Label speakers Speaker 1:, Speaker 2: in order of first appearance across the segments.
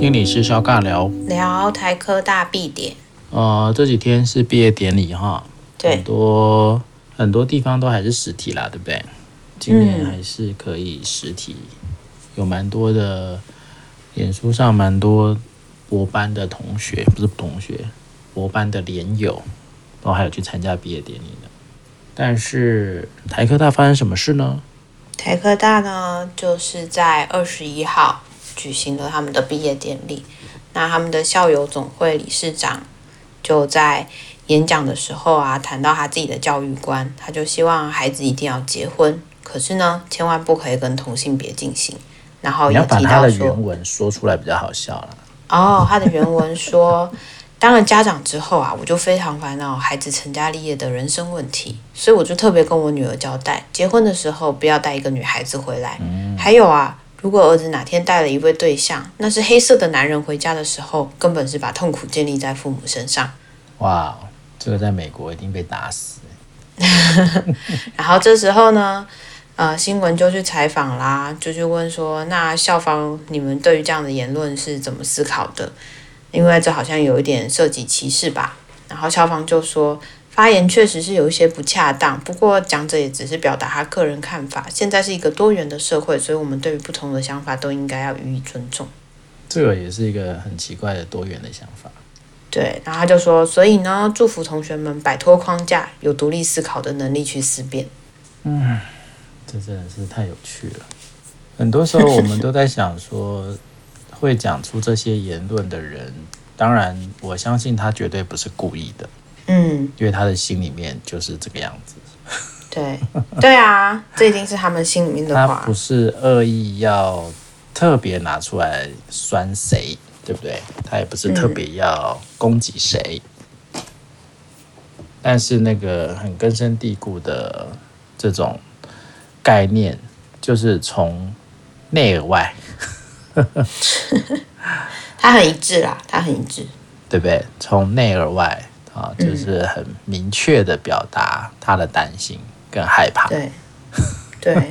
Speaker 1: 心理师小尬聊
Speaker 2: 台科大毕典。
Speaker 1: 这几天是毕业典礼哈，
Speaker 2: 对，
Speaker 1: 很多地方都还是实体啦，对不对？今年还是可以实体，有蛮多的，脸书上蛮多博班的同学，不是同学，博班的连友，都还有去参加毕业典礼的。但是台科大发生什么事呢？
Speaker 2: 台科大呢，就是在21号举行了他们的毕业典礼。那他们的校友总会理事长就在演讲的时候谈到他自己的教育观，他就希望孩子一定要结婚，可是呢，千万不可以跟同性别进行。然后也提到说，
Speaker 1: 你要把他的原文说出来比较好笑啦。
Speaker 2: 他的原文说，当了家长之后我就非常烦恼孩子成家立业的人生问题，所以我就特别跟我女儿交代，结婚的时候不要带一个女孩子回来。还有如果儿子哪天带了一位对象，那是黑色的男人回家的时候，根本是把痛苦建立在父母身上。
Speaker 1: 哇，这个在美国一定被打死。
Speaker 2: 然后这时候呢，新闻就去采访啦，就去问说，那校方你们对于这样的言论是怎么思考的？因为这好像有一点涉及歧视吧。然后校方就说，发言确实是有一些不恰当，不过讲者也只是表达他个人看法。现在是一个多元的社会，所以我们对于不同的想法都应该要予以尊重。
Speaker 1: 这个也是一个很奇怪的多元的想法。
Speaker 2: 对，然后他就说，所以呢，祝福同学们摆脱框架，有独立思考的能力去思辨。
Speaker 1: 这真的是太有趣了。很多时候我们都在想说，会讲出这些言论的人，当然我相信他绝对不是故意的。因为他的心里面就是这个样子。
Speaker 2: 对，这一定是他们心里面的话。
Speaker 1: 他不是恶意要特别拿出来酸谁，对不对？他也不是特别要攻击谁。但是那个很根深蒂固的这种概念，就是从内而外。
Speaker 2: 他很一致啦，
Speaker 1: 对不对？从内而外。就是很明确的表达他的担心跟害怕。
Speaker 2: 对。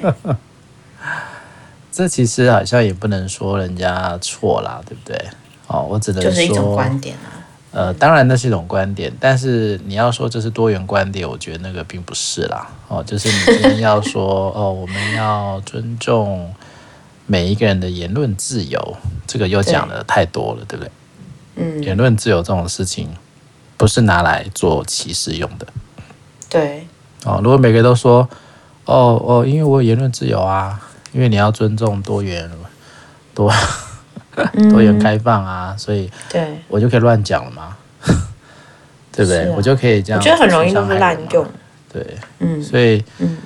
Speaker 1: 这其实好像也不能说人家错啦，对不对？我只能说
Speaker 2: 就是一种观点
Speaker 1: 当然那是一种观点，但是你要说这是多元观点，我觉得那个并不是啦。就是你今天要说我们要尊重每一个人的言论自由，这个又讲的太多了，对不对？言论自由这种事情不是拿来做歧视用的。
Speaker 2: 对。
Speaker 1: 如果每个都说，因为我有言论自由因为你要尊重多元开放所以我就可以乱讲了嘛，对不对？我就可以这样。
Speaker 2: 我觉得很容易都是滥用。
Speaker 1: 对，所以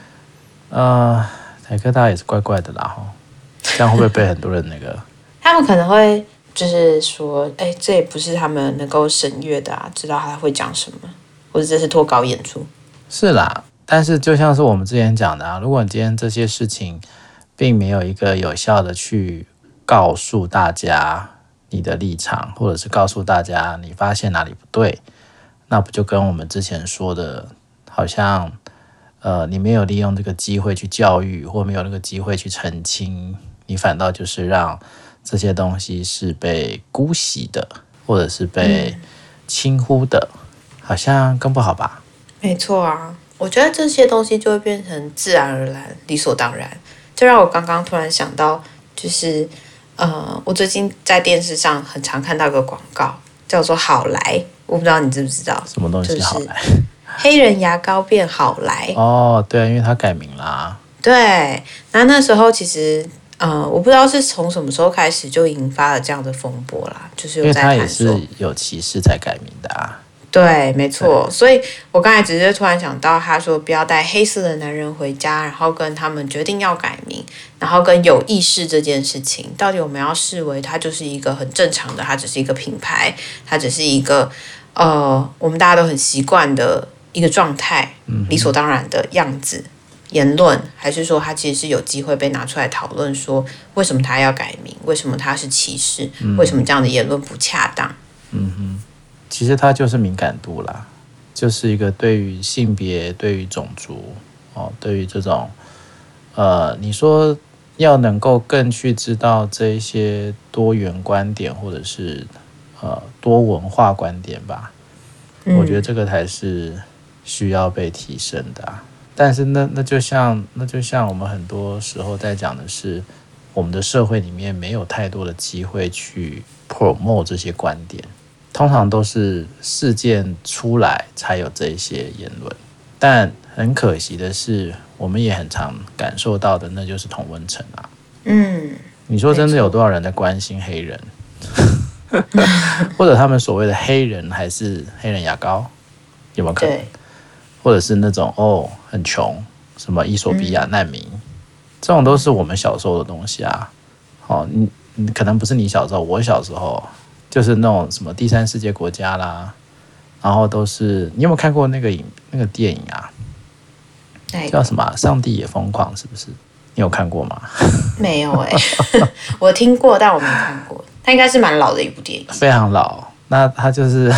Speaker 1: 台科大也是怪怪的啦这样会不会被很多人那个？
Speaker 2: 他们可能会。就是说，这也不是他们能够审阅的知道他会讲什么，或者这是脱稿演出。
Speaker 1: 是啦，但是就像是我们之前讲的如果你今天这些事情并没有一个有效的去告诉大家你的立场，或者是告诉大家你发现哪里不对，那不就跟我们之前说的，好像你没有利用这个机会去教育，或没有那个机会去澄清，你反倒就是让这些东西是被姑息的，或者是被轻忽的，好像更不好吧？
Speaker 2: 没错我觉得这些东西就会变成自然而然、理所当然。这让我刚刚突然想到，就是我最近在电视上很常看到一个广告，叫做好来，我不知道你知不知道？
Speaker 1: 什么东西好来？
Speaker 2: 就是黑人牙膏变好来。
Speaker 1: 对，因为它改名啦。
Speaker 2: 对，那时候其实。我不知道是从什么时候开始就引发了这样的风波啦，就是有在谈说，
Speaker 1: 因为他也是有歧视才改名的
Speaker 2: 对，没错。所以我刚才只是突然想到，他说不要带黑色的男人回家，然后跟他们决定要改名，然后跟有意识这件事情，到底我们要视为它就是一个很正常的，它只是一个品牌，它只是一个我们大家都很习惯的一个状态，理所当然的样子。言论，还是说他其实是有机会被拿出来讨论，说为什么他要改名，为什么他是歧视，为什么这样的言论不恰当？
Speaker 1: 其实它就是敏感度啦，就是一个对于性别、对于种族对于这种你说要能够更去知道这一些多元观点，或者是多文化观点吧。我觉得这个才是需要被提升的啊。但是那就像我们很多时候在讲的是，我们的社会里面没有太多的机会去 promote 这些观点，通常都是事件出来才有这些言论。但很可惜的是，我们也很常感受到的，那就是同温层啊。你说真的有多少人在关心黑人？或者他们所谓的黑人还是黑人牙膏，有没有可能？或者是那种很穷，什么伊索比亚难民，这种都是我们小时候的东西啊。你可能不是你小时候，我小时候就是那种什么第三世界国家啦，然后都是你有没有看过那个电影啊？叫什么上帝也疯狂，是不是？你有看过吗？
Speaker 2: 没有我听过，但我没看过。它应该是蛮老的一部电影，
Speaker 1: 非常老。那它就是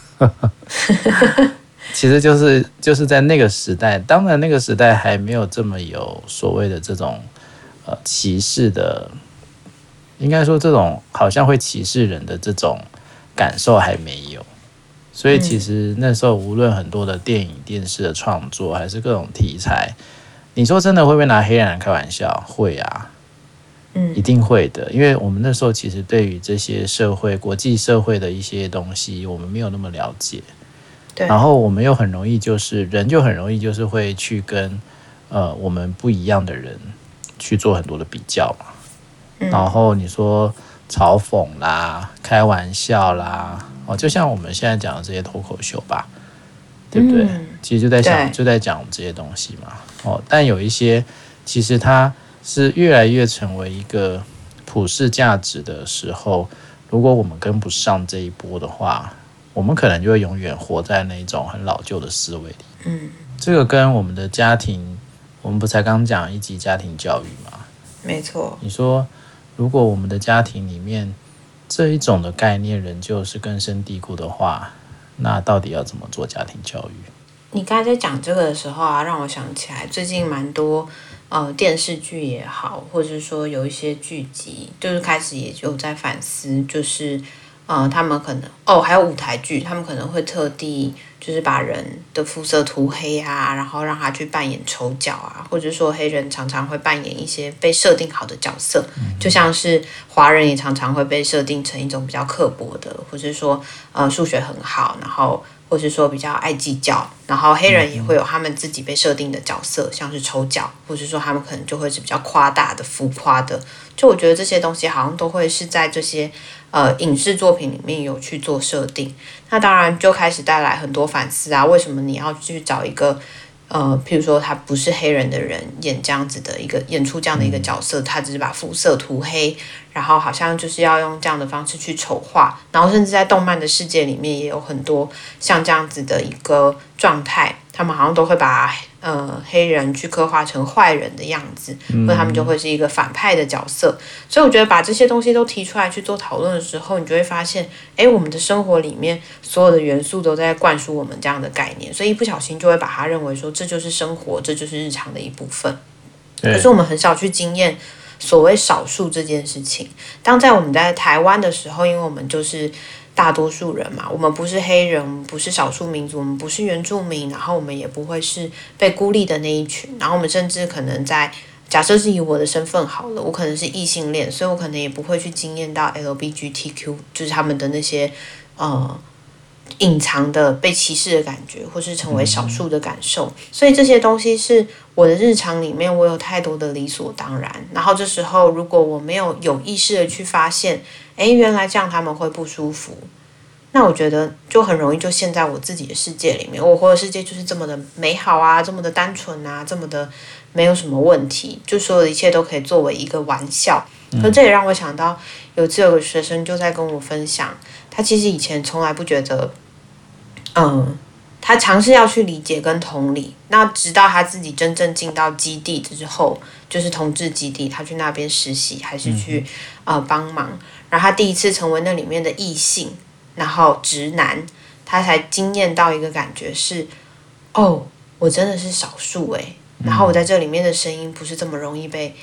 Speaker 1: 其实就是在那个时代，当然那个时代还没有这么有所谓的这种歧视的，应该说这种好像会歧视人的这种感受还没有。所以其实那时候无论很多的电影电视的创作还是各种题材，你说真的会不会拿黑人来开玩笑？会啊，一定会的。因为我们那时候其实对于这些国际社会的一些东西我们没有那么了解，然后我们又很容易人就很容易就是会去跟我们不一样的人去做很多的比较嘛。然后你说嘲讽啦，开玩笑啦，就像我们现在讲的这些脱口秀吧，对不对？其实就在讲我们这些东西嘛。但有一些其实它是越来越成为一个普世价值的时候，如果我们跟不上这一波的话，我们可能就会永远活在那种很老旧的思维里。这个跟我们的家庭，我们不才刚讲一级家庭教育吗？
Speaker 2: 没错。
Speaker 1: 你说如果我们的家庭里面这一种的概念仍旧是根深蒂固的话，那到底要怎么做家庭教育？
Speaker 2: 你刚才在讲这个的时候啊，让我想起来最近蛮多电视剧也好，或者是说有一些剧集，就是开始也有在反思，就是他们可能还有舞台剧，他们可能会特地就是把人的肤色涂黑啊，然后让他去扮演丑角啊，或者说黑人常常会扮演一些被设定好的角色，就像是华人也常常会被设定成一种比较刻薄的，或者说数学很好，然后或是说比较爱计较，然后黑人也会有他们自己被设定的角色，像是丑角，或是说他们可能就会是比较夸大的、浮夸的。就我觉得这些东西好像都会是在这些影视作品里面有去做设定，那当然就开始带来很多反思啊，为什么你要去找一个譬如说他不是黑人的人演出这样的一个角色，他只是把肤色涂黑，然后好像就是要用这样的方式去丑化，然后甚至在动漫的世界里面也有很多像这样子的一个状态，他们好像都会把黑人去刻画成坏人的样子，或者他们就会是一个反派的角色。所以我觉得把这些东西都提出来去做讨论的时候，你就会发现我们的生活里面所有的元素都在灌输我们这样的概念，所以一不小心就会把它认为说这就是生活，这就是日常的一部分。可是我们很少去经验所谓少数这件事情。当在我们在台湾的时候，因为我们就是大多数人嘛，我们不是黑人，我们不是少数民族，我们不是原住民，然后我们也不会是被孤立的那一群，然后我们甚至可能在假设是以我的身份好了，我可能是异性恋，所以我可能也不会去经验到 LGBTQ 就是他们的那些隐藏的被歧视的感觉，或是成为少数的感受，所以这些东西是我的日常里面我有太多的理所当然，然后这时候如果我没有意识的去发现原来这样他们会不舒服，那我觉得就很容易就陷在我自己的世界里面，我活的世界就是这么的美好啊，这么的单纯啊，这么的没有什么问题，就所有的一切都可以作为一个玩笑。可这也让我想到有个学生就在跟我分享，他其实以前从来不觉得他尝试要去理解跟同理，那直到他自己真正进到基地之后，就是同志基地，他去那边实习还是去帮忙，然后他第一次成为那里面的异性，然后直男，他才惊艳到一个感觉是我真的是少数然后我在这里面的声音不是这么容易被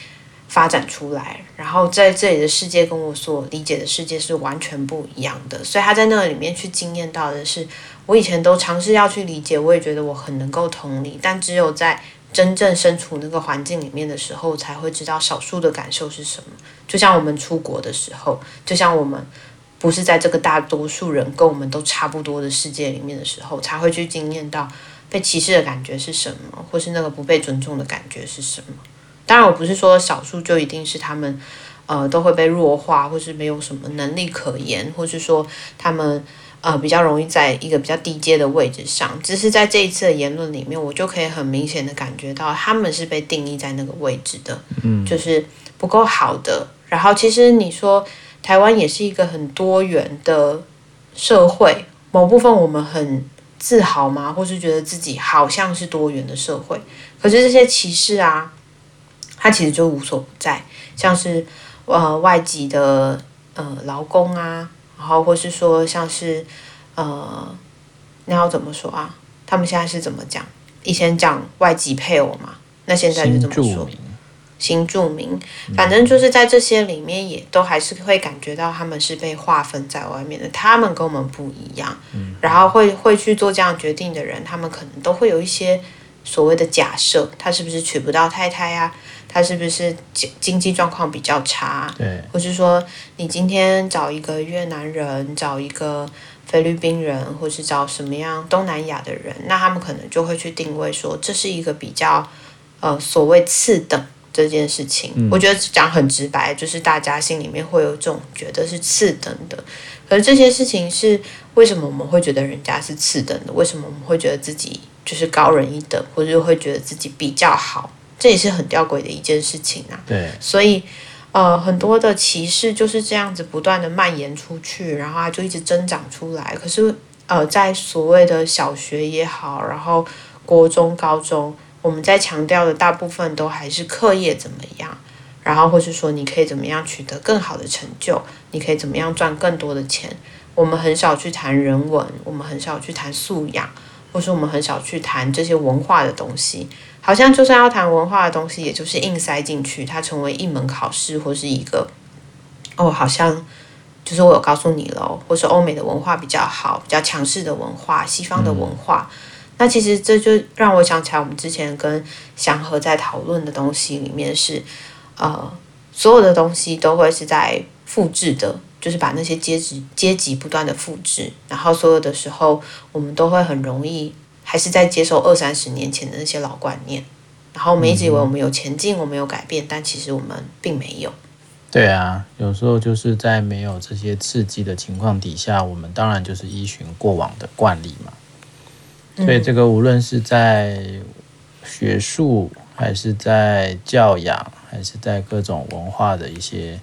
Speaker 2: 发展出来，然后在这里的世界跟我所理解的世界是完全不一样的，所以他在那里面去经验到的是，我以前都尝试要去理解，我也觉得我很能够同理，但只有在真正身处那个环境里面的时候，才会知道少数的感受是什么。就像我们出国的时候，就像我们不是在这个大多数人跟我们都差不多的世界里面的时候，才会去经验到被歧视的感觉是什么，或是那个不被尊重的感觉是什么。当然，我不是说少数就一定是他们，都会被弱化，或是没有什么能力可言，或是说他们比较容易在一个比较低阶的位置上。只是在这一次的言论里面，我就可以很明显的感觉到他们是被定义在那个位置的，就是不够好的。然后，其实你说台湾也是一个很多元的社会，某部分我们很自豪吗？或是觉得自己好像是多元的社会，可是这些歧视啊，它其实就无所不在，像是外籍的劳工啊，然后或是说像是那要怎么说啊？他们现在是怎么讲？以前讲外籍配偶嘛，那现在是怎么说？新住民，反正就是在这些里面，也都还是会感觉到他们是被划分在外面的，他们跟我们不一样。然后会去做这样决定的人，他们可能都会有一些所谓的假设，他是不是娶不到太太啊？他是不是经济状况比较差？
Speaker 1: 对，
Speaker 2: 或是说你今天找一个越南人，找一个菲律宾人，或是找什么样东南亚的人，那他们可能就会去定位说这是一个比较所谓次等这件事情。我觉得讲很直白，就是大家心里面会有这种觉得是次等的。可是这些事情是为什么我们会觉得人家是次等的？为什么我们会觉得自己就是高人一等，或者会觉得自己比较好？这也是很吊诡的一件事情啊。
Speaker 1: 对，
Speaker 2: 所以很多的歧视就是这样子不断的蔓延出去，然后它就一直增长出来。可是在所谓的小学也好，然后国中、高中，我们在强调的大部分都还是课业怎么样，然后或是说你可以怎么样取得更好的成就，你可以怎么样赚更多的钱。我们很少去谈人文，我们很少去谈素养，或是我们很少去谈这些文化的东西。好像就算要谈文化的东西，也就是硬塞进去，它成为一门考试，或是一个好像就是我有告诉你了，或是欧美的文化比较好，比较强势的文化，西方的文化。那其实这就让我想起来，我们之前跟祥和在讨论的东西里面是，所有的东西都会是在复制的，就是把那些阶级不断的复制，然后所有的时候我们都会很容易还是在接受20-30年前的那些老观念，然后我们一直以为我们有前进，我们有改变，但其实我们并没有。
Speaker 1: 对啊，有时候就是在没有这些刺激的情况底下，我们当然就是依循过往的惯例嘛。所以这个无论是在学术，还是在教养，还是在各种文化的一些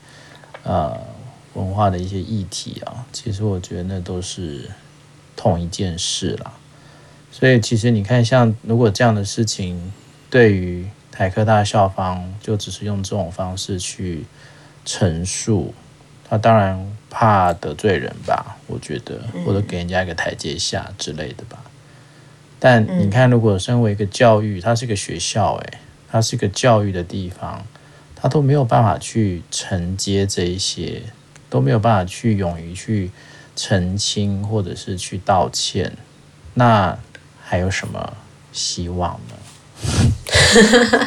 Speaker 1: 议题啊，其实我觉得那都是同一件事啦。所以其实你看，像如果这样的事情对于台科大校方就只是用这种方式去陈述，他当然怕得罪人吧，我觉得，或者给人家一个台阶下之类的吧。但你看，如果身为一个教育，它是一个学校，它是一个教育的地方，它都没有办法去承接这一些，都没有办法去勇于去澄清或者是去道歉，那还有什么希望呢？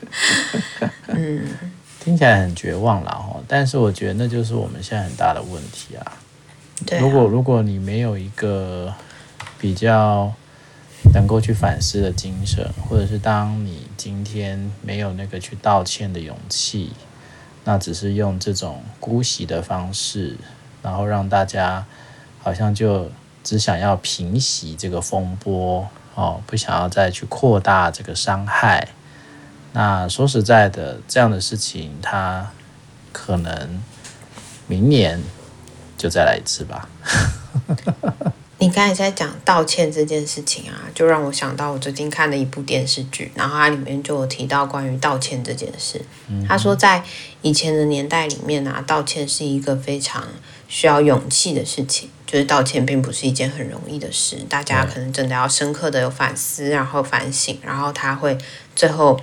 Speaker 1: 听起来很绝望啦，但是我觉得那就是我们现在很大的问题啊。
Speaker 2: 对啊，
Speaker 1: 如果你没有一个比较能够去反思的精神，或者是当你今天没有那个去道歉的勇气，那只是用这种姑息的方式，然后让大家好像就只想要平息这个风波，不想要再去扩大这个伤害。那说实在的，这样的事情它可能明年就再来一次吧。
Speaker 2: 你刚才在讲道歉这件事情啊，就让我想到我最近看的一部电视剧，然后它里面就有提到关于道歉这件事。他说在以前的年代里面啊，道歉是一个非常需要勇气的事情，就是道歉并不是一件很容易的事，大家可能真的要深刻的有反思，然后反省，然后他会最后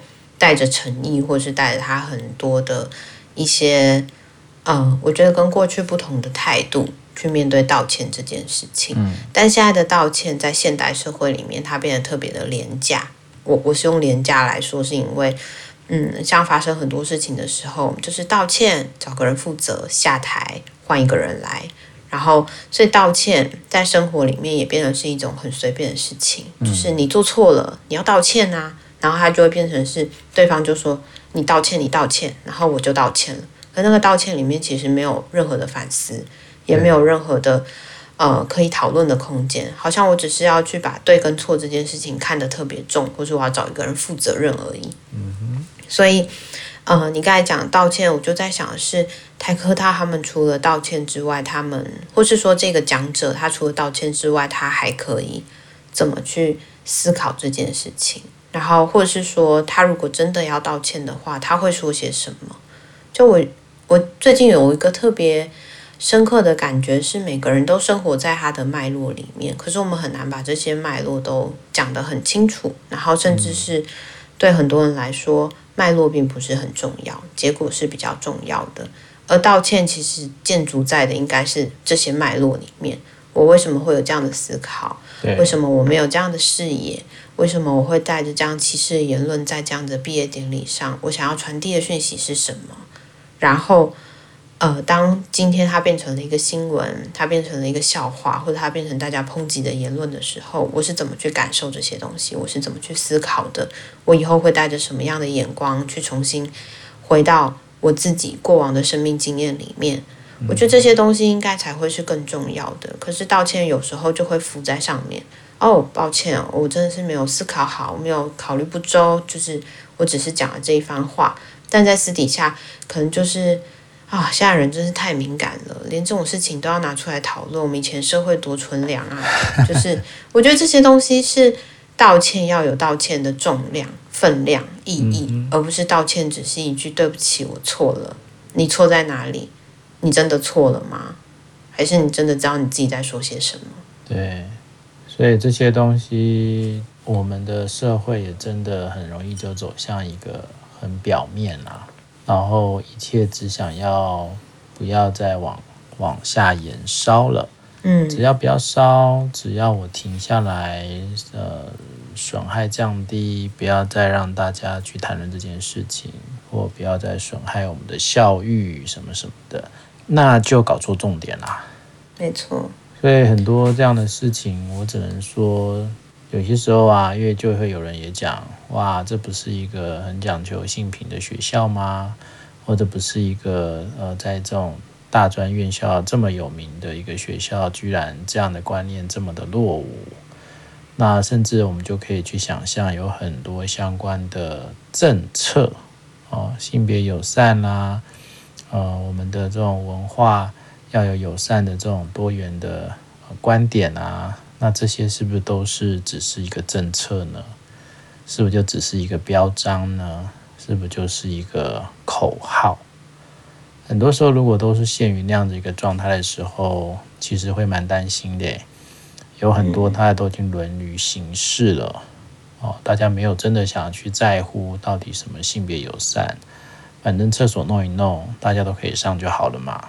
Speaker 2: 带着诚意，或是带着他很多的一些我觉得跟过去不同的态度去面对道歉这件事情。但现在的道歉在现代社会里面，它变得特别的廉价。我是用廉价来说，是因为像发生很多事情的时候，就是道歉，找个人负责，下台换一个人来，然后所以道歉在生活里面也变成是一种很随便的事情，就是你做错了，你要道歉啊，然后它就会变成是对方就说你道歉，然后我就道歉了。可那个道歉里面其实没有任何的反思，也没有任何的可以讨论的空间，好像我只是要去把对跟错这件事情看得特别重，或是我要找一个人负责任而已。所以你刚才讲道歉，我就在想的是台科大他们除了道歉之外，他们或是说这个讲者他除了道歉之外，他还可以怎么去思考这件事情，然后或者是说他如果真的要道歉的话，他会说些什么。就我最近有一个特别深刻的感觉是，每个人都生活在他的脉络里面，可是我们很难把这些脉络都讲得很清楚，然后甚至是对很多人来说，脉络并不是很重要，结果是比较重要的。而道歉其实建筑在的应该是这些脉络里面，我为什么会有这样的思考？为什么我没有这样的视野？为什么我会带着这样歧视的言论在这样的毕业典礼上？我想要传递的讯息是什么？然后当今天它变成了一个新闻，它变成了一个笑话，或者它变成大家抨击的言论的时候，我是怎么去感受这些东西？我是怎么去思考的？我以后会带着什么样的眼光去重新回到我自己过往的生命经验里面？我觉得这些东西应该才会是更重要的。可是道歉有时候就会浮在上面。抱歉，我真的是没有思考好，没有考虑不周，就是我只是讲了这一番话，但在私底下可能就是现在人真是太敏感了，连这种事情都要拿出来讨论。我们以前社会多纯良啊，就是我觉得这些东西是道歉要有道歉的重量、分量、意义，而不是道歉只是一句对不起，我错了。你错在哪里？你真的错了吗？还是你真的知道你自己在说些什么？
Speaker 1: 对，所以这些东西，我们的社会也真的很容易就走向一个很表面啊，然后一切只想要不要再往下延烧了。只要不要烧，只要我停下来，损害降低，不要再让大家去谈论这件事情，或不要再损害我们的校誉什么什么的，那就搞错重点啦。
Speaker 2: 没错。
Speaker 1: 所以很多这样的事情，我只能说，有些时候啊，因为就会有人也讲，哇，这不是一个很讲求性平的学校吗？或者不是一个在这种大专院校这么有名的一个学校，居然这样的观念这么的落伍。那甚至我们就可以去想象，有很多相关的政策，性别友善啦，我们的这种文化要有友善的这种多元的观点啊，那这些是不是都是只是一个政策呢？是不是就只是一个标章呢？是不是就是一个口号？很多时候如果都是限于那样的一个状态的时候，其实会蛮担心的。有很多它都已经沦于形式了，大家没有真的想去在乎到底什么性别友善，反正厕所弄一弄，大家都可以上就好了嘛。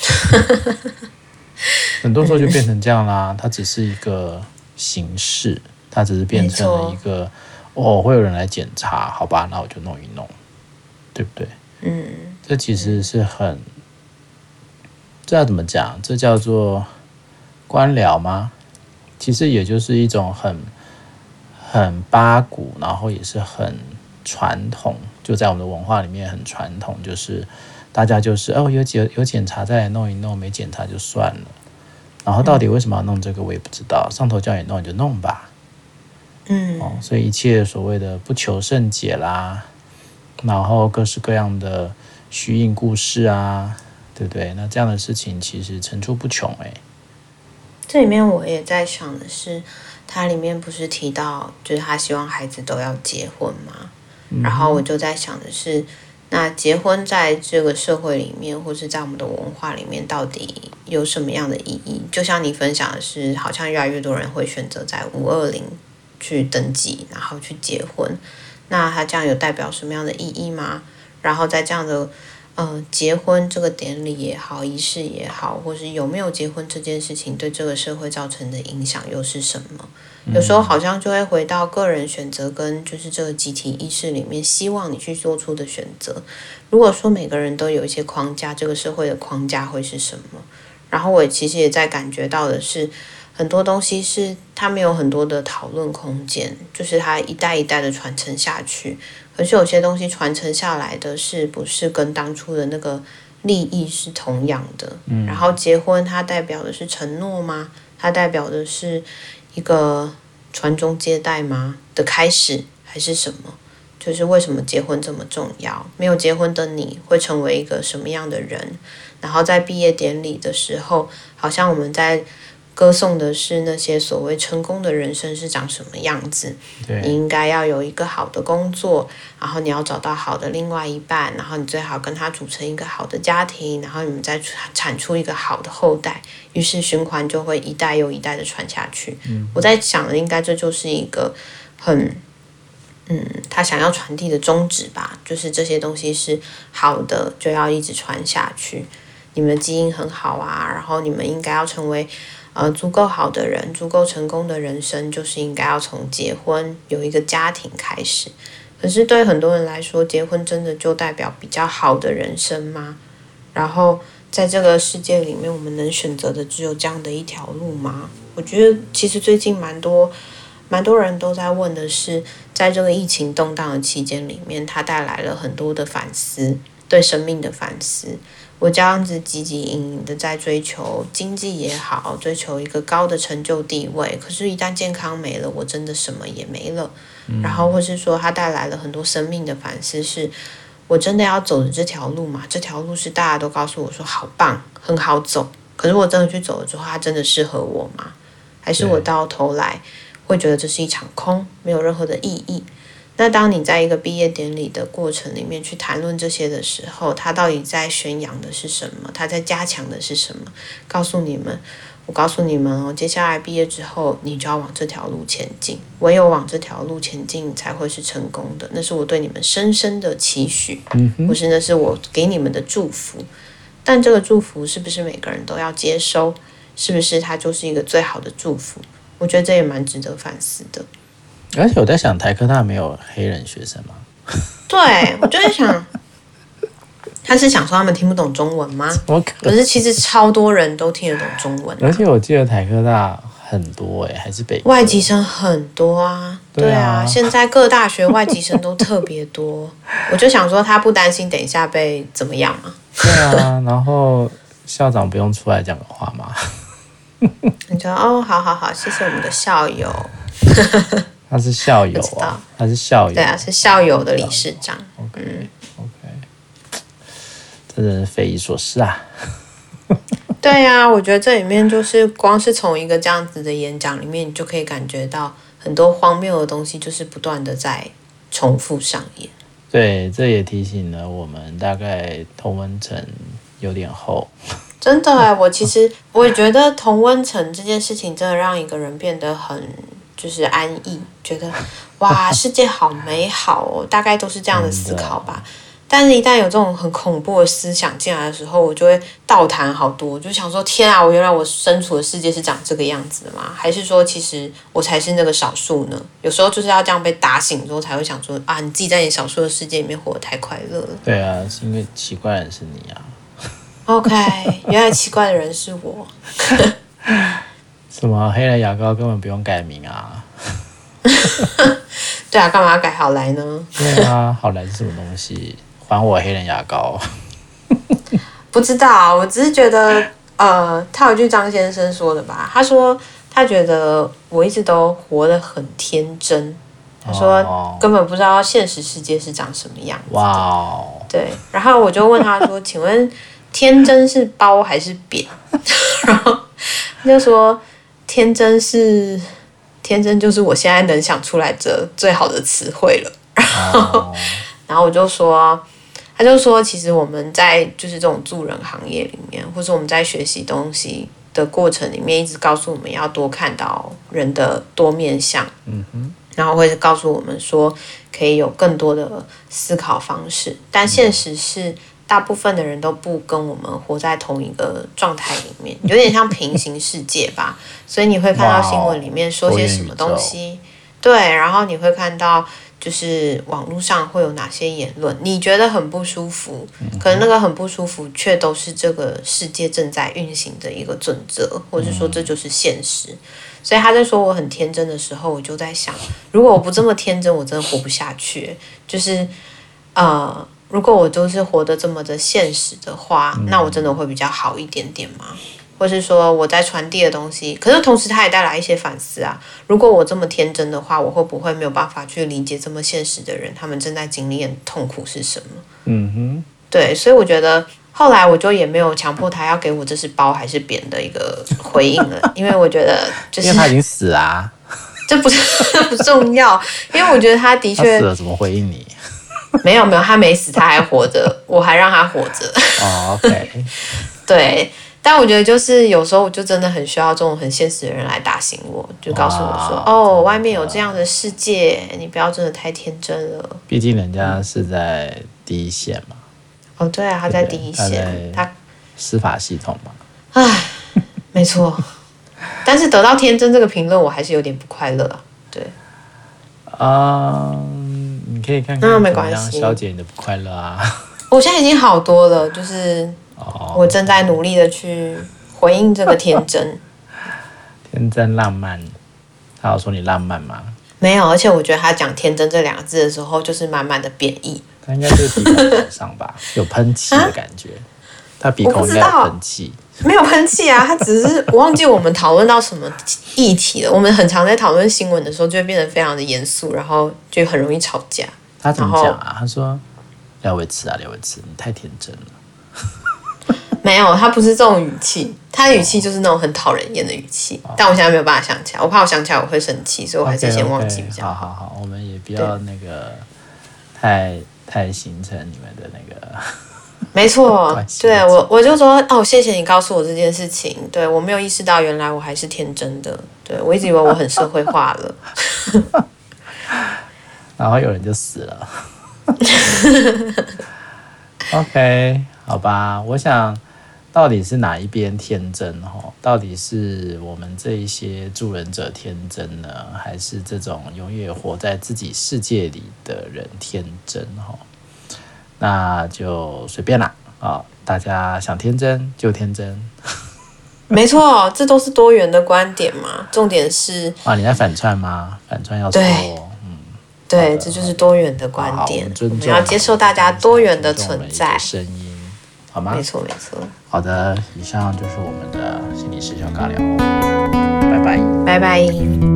Speaker 1: 很多时候就变成这样啦，它只是一个形式，它只是变成了一个会有人来检查，好吧，那我就弄一弄，对不对？这其实是这要怎么讲？这叫做官僚吗？其实也就是一种很八股，然后也是很传统，就在我们的文化里面很传统，就是大家就是有检查再来弄一弄，没检查就算了。然后到底为什么要弄这个我也不知道，上头叫你弄你就弄吧。所以一切所谓的不求甚解啦，然后各式各样的虚应故事啊，对不对？那这样的事情其实层出不穷。
Speaker 2: 这里面我也在想的是，它里面不是提到就是他希望孩子都要结婚吗？然后我就在想的是，那结婚在这个社会里面，或是在我们的文化里面，到底有什么样的意义？就像你分享的是，好像越来越多人会选择在520去登记，然后去结婚。 那它这样有代表什么样的意义吗？然后在这样的结婚这个典礼也好，仪式也好，或是有没有结婚这件事情对这个社会造成的影响又是什么？有时候好像就会回到个人选择跟就是这个集体意识里面，希望你去做出的选择。如果说每个人都有一些框架，这个社会的框架会是什么？然后我其实也在感觉到的是，很多东西是它没有很多的讨论空间，就是它一代一代的传承下去。可是有些东西传承下来的是不是跟当初的那个利益是同样的？然后结婚它代表的是承诺吗？它代表的是一个传宗接代吗的开始，还是什么？就是为什么结婚这么重要？没有结婚的你会成为一个什么样的人？然后在毕业典礼的时候，好像我们在歌颂的是那些所谓成功的人生是长什么样子。你应该要有一个好的工作，然后你要找到好的另外一半，然后你最好跟他组成一个好的家庭，然后你们再产出一个好的后代，于是循环就会一代又一代的传下去。我在想的应该这就是一个很他想要传递的宗旨吧，就是这些东西是好的就要一直传下去。你们的基因很好啊，然后你们应该要成为足够好的人，足够成功的人生，就是应该要从结婚有一个家庭开始。可是对很多人来说，结婚真的就代表比较好的人生吗？然后在这个世界里面，我们能选择的只有这样的一条路吗？我觉得其实最近蛮多人都在问的是，在这个疫情动荡的期间里面，它带来了很多的反思，对生命的反思。我这样子汲汲营营的在追求经济也好，追求一个高的成就地位，可是一旦健康没了，我真的什么也没了。然后或是说它带来了很多生命的反思，是我真的要走的这条路嘛？这条路是大家都告诉我说好棒，很好走，可是我真的去走了之后，它真的适合我吗？还是我到头来会觉得这是一场空，没有任何的意义？那当你在一个毕业典礼的过程里面去谈论这些的时候，他到底在宣扬的是什么？他在加强的是什么？我告诉你们哦，接下来毕业之后，你就要往这条路前进。唯有往这条路前进，才会是成功的。那是我对你们深深的期许，或是那是我给你们的祝福。但这个祝福是不是每个人都要接收？是不是它就是一个最好的祝福？我觉得这也蛮值得反思的。
Speaker 1: 而且我在想，台科大没有黑人学生吗？
Speaker 2: 对，我就在想，他是想说他们听不懂中文吗？可是其实超多人都听得懂中文
Speaker 1: 而且我记得台科大很多还是北科
Speaker 2: 外籍生很多啊。对啊，现在各大学外籍生都特别多。我就想说，他不担心等一下被怎么样吗？
Speaker 1: 对啊，然后校长不用出来讲个话吗？
Speaker 2: 你就好，谢谢我们的校友。
Speaker 1: 他是校友啊，他是校友。
Speaker 2: 对啊，是校友的理事长。
Speaker 1: OK， 真的是匪夷所思啊。
Speaker 2: 对啊，我觉得这里面就是光是从一个这样子的演讲里面，你就可以感觉到很多荒谬的东西，就是不断的在重复上演。
Speaker 1: 对，这也提醒了我们，大概同温层有点厚。
Speaker 2: 真的我也觉得同温层这件事情真的让一个人变得很就是安逸，觉得哇世界好美好哦，大概都是这样的思考吧。但是一旦有这种很恐怖的思想进来的时候，我就会倒弹好多，就想说天啊，原来我身处的世界是长这个样子的吗？还是说其实我才是那个少数呢？有时候就是要这样被打醒之后才会想说啊，你自己在你少数的世界里面活得太快乐了。
Speaker 1: 对啊，是因为奇怪的人是你啊。
Speaker 2: OK， 原来奇怪的人是我。
Speaker 1: 什么黑人牙膏根本不用改名啊？
Speaker 2: 对啊，干嘛要改好来呢？
Speaker 1: 对啊，好来是什么东西？还我黑人牙膏！
Speaker 2: 不知道，我只是觉得，他有句张先生说的吧，他说他觉得我一直都活得很天真，他说根本不知道现实世界是长什么样子。
Speaker 1: 哇哦！
Speaker 2: 对，然后我就问他说：“请问天真是褒还是贬？”然后他就说：“天真就是我现在能想出来的最好的词汇了。”然后我就说。他就说，其实我们在就是这种助人行业里面，或者我们在学习东西的过程里面，一直告诉我们要多看到人的多面向。 然后会告诉我们说可以有更多的思考方式，但现实是大部分的人都不跟我们活在同一个状态里面，有点像平行世界吧。所以你会看到新闻里面说些什么东西，对，然后你会看到就是网络上会有哪些言论，你觉得很不舒服，可能那个很不舒服却都是这个世界正在运行的一个准则，或者说这就是现实。所以他在说我很天真的时候，我就在想，如果我不这么天真，我真的活不下去。就是如果我都是活得这么的现实的话，那我真的会比较好一点点吗？或是说我在传递的东西，可是同时它也带来一些反思啊。如果我这么天真的话，我会不会没有办法去理解这么现实的人，他们正在经历的痛苦是什么？对，所以我觉得后来我就也没有强迫他要给我这是褒还是贬的一个回应了，因为我觉得就是
Speaker 1: 因为他已经死了啊，
Speaker 2: 这不重要，因为我觉得他的确
Speaker 1: 他死了怎么回应你？
Speaker 2: 没有，他没死，他还活着，我还让他活着。
Speaker 1: OK，
Speaker 2: 对。但我觉得就是有时候我就真的很需要这种很现实的人来打醒我，就告诉我说外面有这样的世界，你不要真的太天真了。
Speaker 1: 毕竟人家是在第一线嘛。
Speaker 2: 对啊，他在第一线，他
Speaker 1: 司法系统嘛。
Speaker 2: 唉，没错。但是得到天真这个评论，我还是有点不快乐啊。对。
Speaker 1: 你可以看看
Speaker 2: 没关系，
Speaker 1: 消解你的不快乐啊。
Speaker 2: 我现在已经好多了，就是我正在努力的去回应这个天真。
Speaker 1: 天真浪漫，他有说你浪漫吗？
Speaker 2: 没有，而且我觉得他讲天真这两个字的时候，就是满满的贬义。
Speaker 1: 他应该就是鼻孔头上吧，有喷气的感觉。他鼻孔应该有喷气。
Speaker 2: 没有喷气啊，他只是我忘记我们讨论到什么议题了。我们很常在讨论新闻的时候，就会变得非常的严肃，然后就很容易吵架。
Speaker 1: 他怎么讲啊？他说：“廖维慈啊，廖维慈，你太天真了。”
Speaker 2: 没有，他不是这种语气，他的语气就是那种很讨人厌的语气。但我现在没有办法想起来，我怕我想起来我会生气，所以我还是先忘记比较好。
Speaker 1: 好，我们也不要那个太形成你们的那个。
Speaker 2: 没错，对我就说谢谢你告诉我这件事情。对，我没有意识到原来我还是天真的。对，我一直以为我很社会化了。
Speaker 1: 然后有人就死了。OK， 好吧，我想到底是哪一边天真到底是我们这一些助人者天真呢，还是这种永远活在自己世界里的人天真那就随便啦大家想天真就天真。
Speaker 2: 没错，这都是多元的观点嘛。重点是
Speaker 1: 你在反串吗？反串要说
Speaker 2: 对，这就是多元的观点。我们要接受大家多元的存在
Speaker 1: 声音，好吗？
Speaker 2: 没错。
Speaker 1: 好的，以上就是我们的心理师小尬聊，拜拜。
Speaker 2: 拜拜。